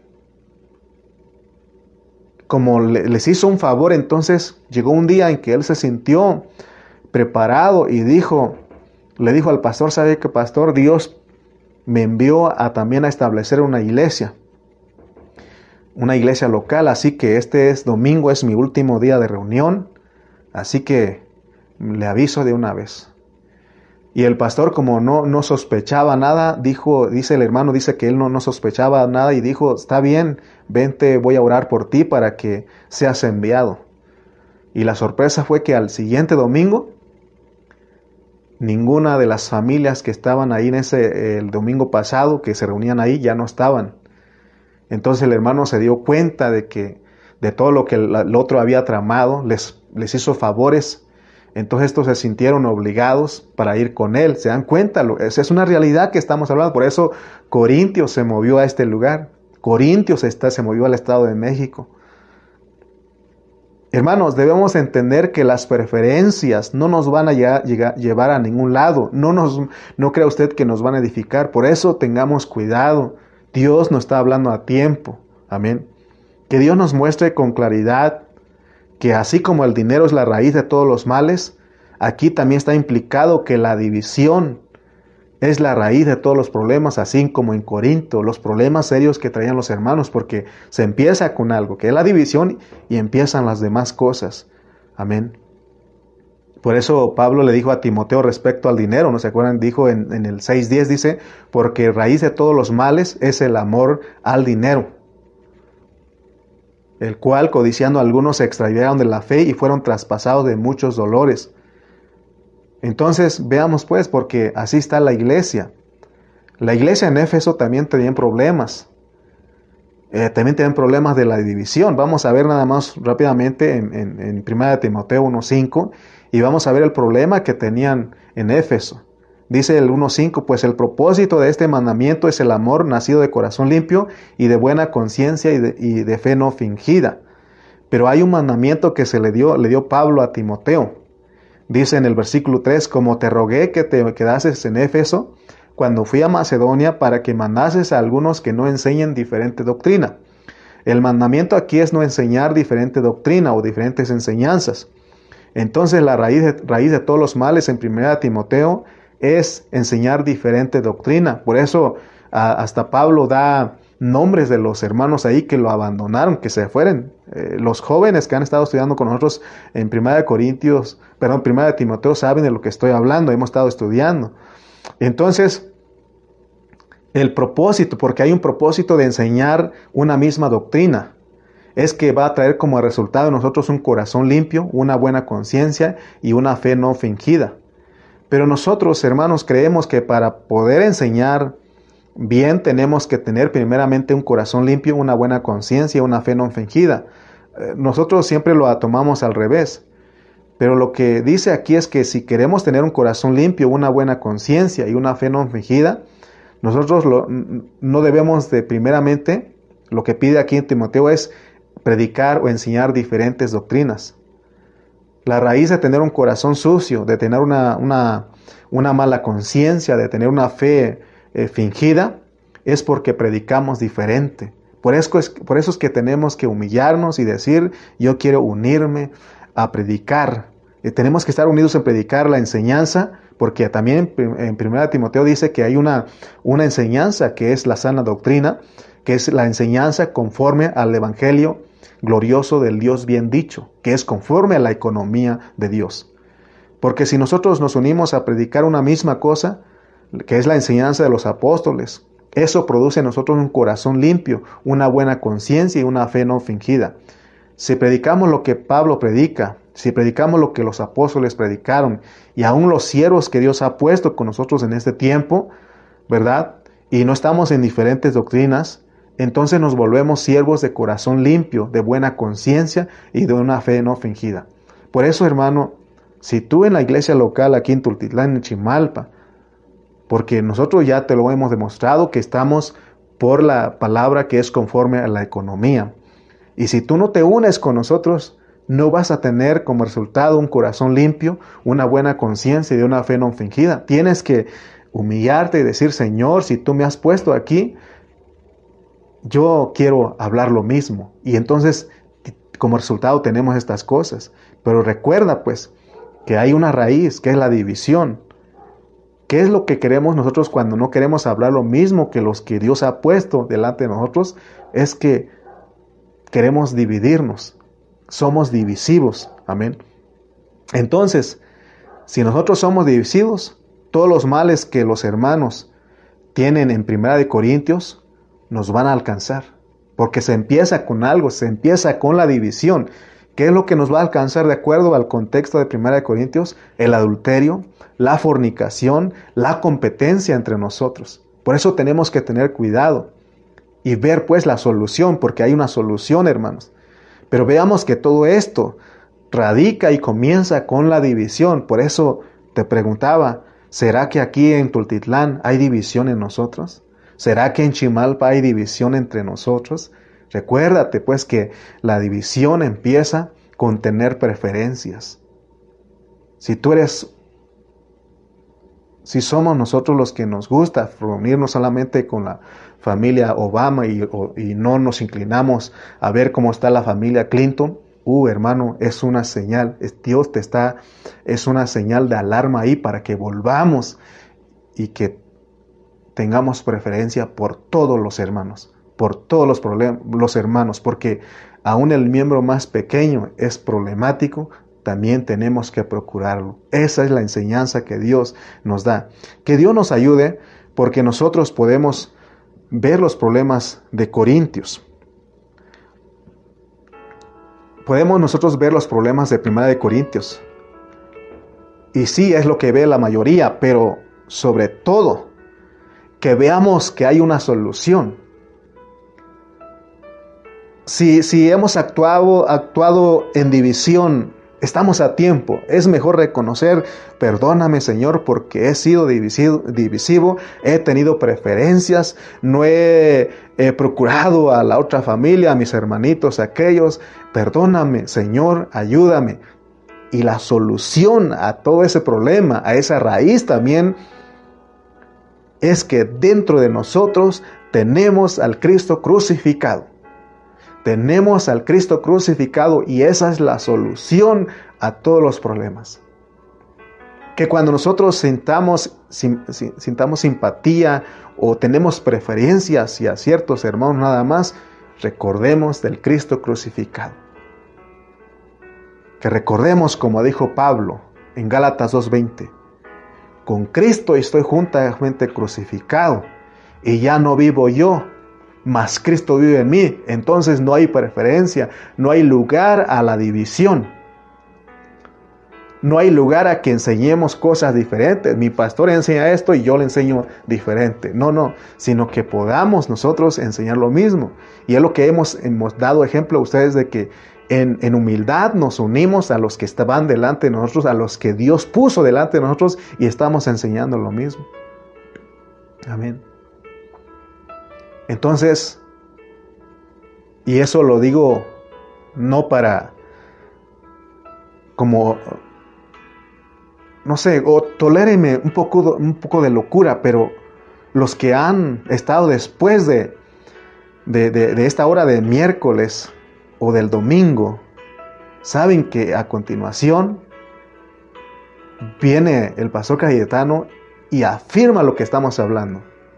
como les hizo un favor, entonces llegó un día en que él se sintió preparado y dijo, le dijo al pastor, ¿sabe qué, pastor? Dios me envió a también a establecer una iglesia, una iglesia local, así que este es domingo, es mi último día de reunión, así que le aviso de una vez. Y el pastor, como no, no sospechaba nada, dijo, dice el hermano, dice que él no, no sospechaba nada y dijo, está bien, vente, voy a orar por ti para que seas enviado. Y la sorpresa fue que al siguiente domingo, ninguna de las familias que estaban ahí en ese, el domingo pasado, que se reunían ahí, ya no estaban. Entonces el hermano se dio cuenta de que, de todo lo que el, el otro había tramado, les, les hizo favores. Entonces estos se sintieron obligados para ir con él. ¿Se dan cuenta? Esa es una realidad que estamos hablando. Por eso Corintios se movió a este lugar. Corintios está, se movió al Estado de México. Hermanos, debemos entender que las preferencias no nos van a llegar, llegar, llevar a ningún lado. No, nos, no crea usted que nos van a edificar. Por eso tengamos cuidado. Dios nos está hablando a tiempo. Amén. Que Dios nos muestre con claridad que así como el dinero es la raíz de todos los males, aquí también está implicado que la división es la raíz de todos los problemas, así como en Corinto, los problemas serios que traían los hermanos, porque se empieza con algo, que es la división, y empiezan las demás cosas. Amén. Por eso Pablo le dijo a Timoteo respecto al dinero, ¿no se acuerdan? Dijo en, en el seis diez, dice, porque raíz de todos los males es el amor al dinero, el cual, codiciando algunos, se extraviaron de la fe y fueron traspasados de muchos dolores. Entonces, veamos pues, porque así está la iglesia. La iglesia en Éfeso también tenía problemas. Eh, también tenían problemas de la división. Vamos a ver nada más rápidamente en, en, en primera de Timoteo uno cinco y vamos a ver el problema que tenían en Éfeso. Dice el uno cinco, pues el propósito de este mandamiento es el amor nacido de corazón limpio y de buena conciencia y de, y de fe no fingida. Pero hay un mandamiento que se le dio, le dio Pablo a Timoteo. Dice en el versículo tres, como te rogué que te quedases en Éfeso cuando fui a Macedonia para que mandases a algunos que no enseñen diferente doctrina. El mandamiento aquí es no enseñar diferente doctrina o diferentes enseñanzas. Entonces la raíz de, raíz de todos los males en primera Timoteo es enseñar diferente doctrina. Por eso a, hasta Pablo da nombres de los hermanos ahí que lo abandonaron, que se fueron. Eh, los jóvenes que han estado estudiando con nosotros en primera de Corintios, perdón, primera de Timoteo saben de lo que estoy hablando, hemos estado estudiando. Entonces, el propósito, porque hay un propósito de enseñar una misma doctrina, es que va a traer como resultado en nosotros un corazón limpio, una buena conciencia y una fe no fingida. Pero nosotros, hermanos, creemos que para poder enseñar bien tenemos que tener primeramente un corazón limpio, una buena conciencia y una fe no fingida. Eh, nosotros siempre lo tomamos al revés. Pero lo que dice aquí es que si queremos tener un corazón limpio, una buena conciencia y una fe no fingida, nosotros lo, no debemos de primeramente, lo que pide aquí en Timoteo es predicar o enseñar diferentes doctrinas. La raíz de tener un corazón sucio, de tener una, una, una mala conciencia, de tener una fe eh, fingida, es porque predicamos diferente. Por eso, es, por eso es que tenemos que humillarnos y decir, yo quiero unirme a predicar. Eh, tenemos que estar unidos en predicar la enseñanza, porque también en primera Timoteo dice que hay una, una enseñanza que es la sana doctrina, que es la enseñanza conforme al evangelio glorioso del Dios bien dicho, que es conforme a la economía de Dios. Porque si nosotros nos unimos a predicar una misma cosa, que es la enseñanza de los apóstoles, eso produce en nosotros un corazón limpio, una buena conciencia y una fe no fingida. Si predicamos lo que Pablo predica, si predicamos lo que los apóstoles predicaron, y aún los siervos que Dios ha puesto con nosotros en este tiempo, ¿verdad? Y no estamos en diferentes doctrinas, entonces nos volvemos siervos de corazón limpio, de buena conciencia y de una fe no fingida. Por eso, hermano, si tú en la iglesia local aquí en Tultitlán, en Chimalpa, porque nosotros ya te lo hemos demostrado que estamos por la palabra que es conforme a la economía. Y si tú no te unes con nosotros, no vas a tener como resultado un corazón limpio, una buena conciencia y una fe no fingida. Tienes que humillarte y decir, Señor, si tú me has puesto aquí, yo quiero hablar lo mismo. Y entonces, como resultado, tenemos estas cosas. Pero recuerda, pues, que hay una raíz, que es la división. ¿Qué es lo que queremos nosotros cuando no queremos hablar lo mismo que los que Dios ha puesto delante de nosotros? Es que queremos dividirnos. Somos divisivos. Amén. Entonces, si nosotros somos divisivos, todos los males que los hermanos tienen en primera de Corintios nos van a alcanzar. Porque se empieza con algo, se empieza con la división. ¿Qué es lo que nos va a alcanzar de acuerdo al contexto de primera de Corintios? El adulterio, la fornicación, la competencia entre nosotros. Por eso tenemos que tener cuidado y ver pues la solución, porque hay una solución, hermanos. Pero veamos que todo esto radica y comienza con la división. Por eso te preguntaba, ¿será que aquí en Tultitlán hay división en nosotros? ¿Será que en Chimalpa hay división entre nosotros? Recuérdate pues que la división empieza con tener preferencias. Si tú eres, si somos nosotros los que nos gusta reunirnos solamente con la familia Obama y, o, y no nos inclinamos a ver cómo está la familia Clinton, uh, hermano, es una señal, es, Dios te está, es una señal de alarma ahí para que volvamos y que tengamos preferencia por todos los hermanos, por todos los, problem- los hermanos, porque aún el miembro más pequeño es problemático, también tenemos que procurarlo. Esa es la enseñanza que Dios nos da. Que Dios nos ayude, porque nosotros podemos ver los problemas de Corintios. Podemos nosotros ver los problemas de primera de Corintios. Y sí, es lo que ve la mayoría, pero sobre todo, que veamos que hay una solución. Si, si hemos actuado, actuado en división, estamos a tiempo. Es mejor reconocer, perdóname Señor, porque he sido divisivo, divisivo he tenido preferencias, no he, he procurado a la otra familia, a mis hermanitos, a aquellos. Perdóname Señor, ayúdame. Y la solución a todo ese problema, a esa raíz también, es que dentro de nosotros tenemos al Cristo crucificado. Tenemos al Cristo crucificado y esa es la solución a todos los problemas. Que cuando nosotros sintamos, sintamos simpatía o tenemos preferencia hacia ciertos hermanos nada más, recordemos del Cristo crucificado. Que recordemos, como dijo Pablo en Gálatas dos veinte, con Cristo estoy juntamente crucificado y ya no vivo yo, mas Cristo vive en mí. Entonces no hay preferencia, no hay lugar a la división. No hay lugar a que enseñemos cosas diferentes. Mi pastor enseña esto y yo le enseño diferente. No, no, sino que podamos nosotros enseñar lo mismo. Y es lo que hemos, hemos dado ejemplo a ustedes de que en, en humildad nos unimos a los que estaban delante de nosotros, a los que Dios puso delante de nosotros y estamos enseñando lo mismo. Amén. Entonces, y eso lo digo no para como... no sé, o tolérenme un poco, un poco de locura, pero los que han estado después de, de, de, de esta hora de miércoles o del domingo, saben que a continuación viene el pastor Cayetano y afirma lo que estamos hablando.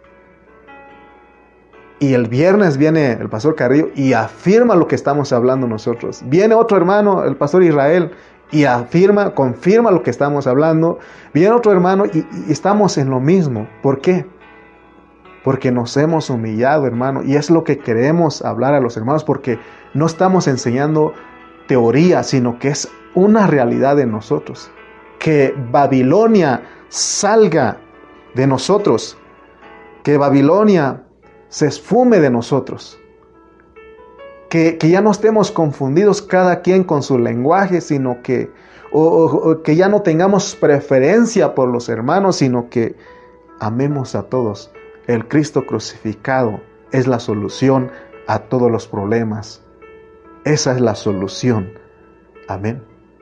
Y el viernes viene el pastor Carrillo y afirma lo que estamos hablando nosotros. Viene otro hermano, el pastor Israel, y afirma, confirma lo que estamos hablando. Viene otro hermano y, y estamos en lo mismo. ¿Por qué? Porque nos hemos humillado, hermano. Y es lo que queremos hablar a los hermanos, porque no estamos enseñando teoría, sino que es una realidad de nosotros. Que Babilonia salga de nosotros. Que Babilonia se esfume de nosotros. Que, que ya no estemos confundidos cada quien con su lenguaje, sino que, o, o, o que ya no tengamos preferencia por los hermanos, sino que amemos a todos. El Cristo crucificado es la solución a todos los problemas. Esa es la solución. Amén.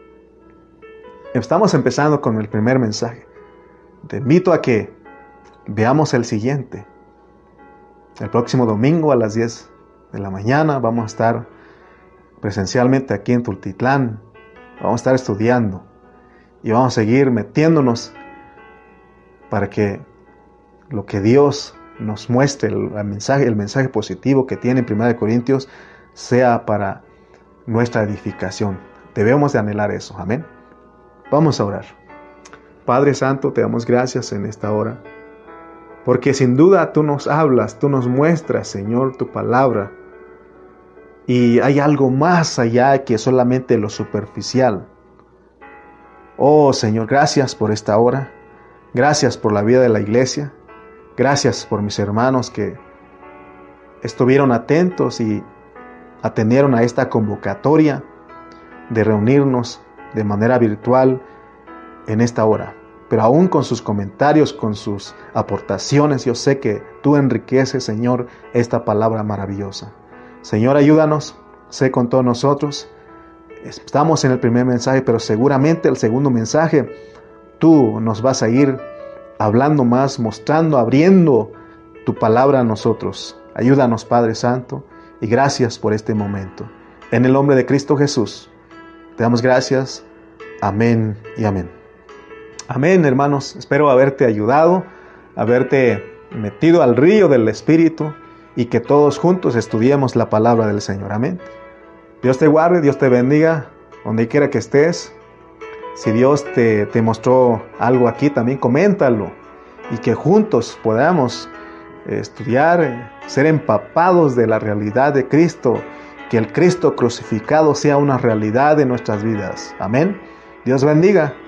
Estamos empezando con el primer mensaje. Te invito a que veamos el siguiente. El próximo domingo a las diez de la mañana vamos a estar presencialmente aquí en Tultitlán. Vamos a estar estudiando y vamos a seguir metiéndonos para que lo que Dios nos muestre, el mensaje, el mensaje positivo que tiene en primera de Corintios, sea para nuestra edificación. Debemos de anhelar eso. Amén. Vamos a orar. Padre Santo, te damos gracias en esta hora, porque sin duda tú nos hablas, tú nos muestras, Señor, tu palabra. Y hay algo más allá que solamente lo superficial. Oh Señor, gracias por esta hora. Gracias por la vida de la iglesia. Gracias por mis hermanos que estuvieron atentos y atendieron a esta convocatoria de reunirnos de manera virtual en esta hora. Pero aún con sus comentarios, con sus aportaciones, yo sé que tú enriqueces, Señor, esta palabra maravillosa. Señor, ayúdanos, sé con todos nosotros. Estamos en el primer mensaje, pero seguramente el segundo mensaje, tú nos vas a ir hablando más, mostrando, abriendo tu palabra a nosotros. Ayúdanos, Padre Santo, y gracias por este momento. En el nombre de Cristo Jesús, te damos gracias. Amén y amén. Amén, hermanos. Espero haberte ayudado, haberte metido al río del Espíritu y que todos juntos estudiemos la palabra del Señor. Amén. Dios te guarde, Dios te bendiga, donde quiera que estés. Si Dios te, te mostró algo aquí, también coméntalo y que juntos podamos estudiar, ser empapados de la realidad de Cristo, que el Cristo crucificado sea una realidad en nuestras vidas. Amén. Dios bendiga.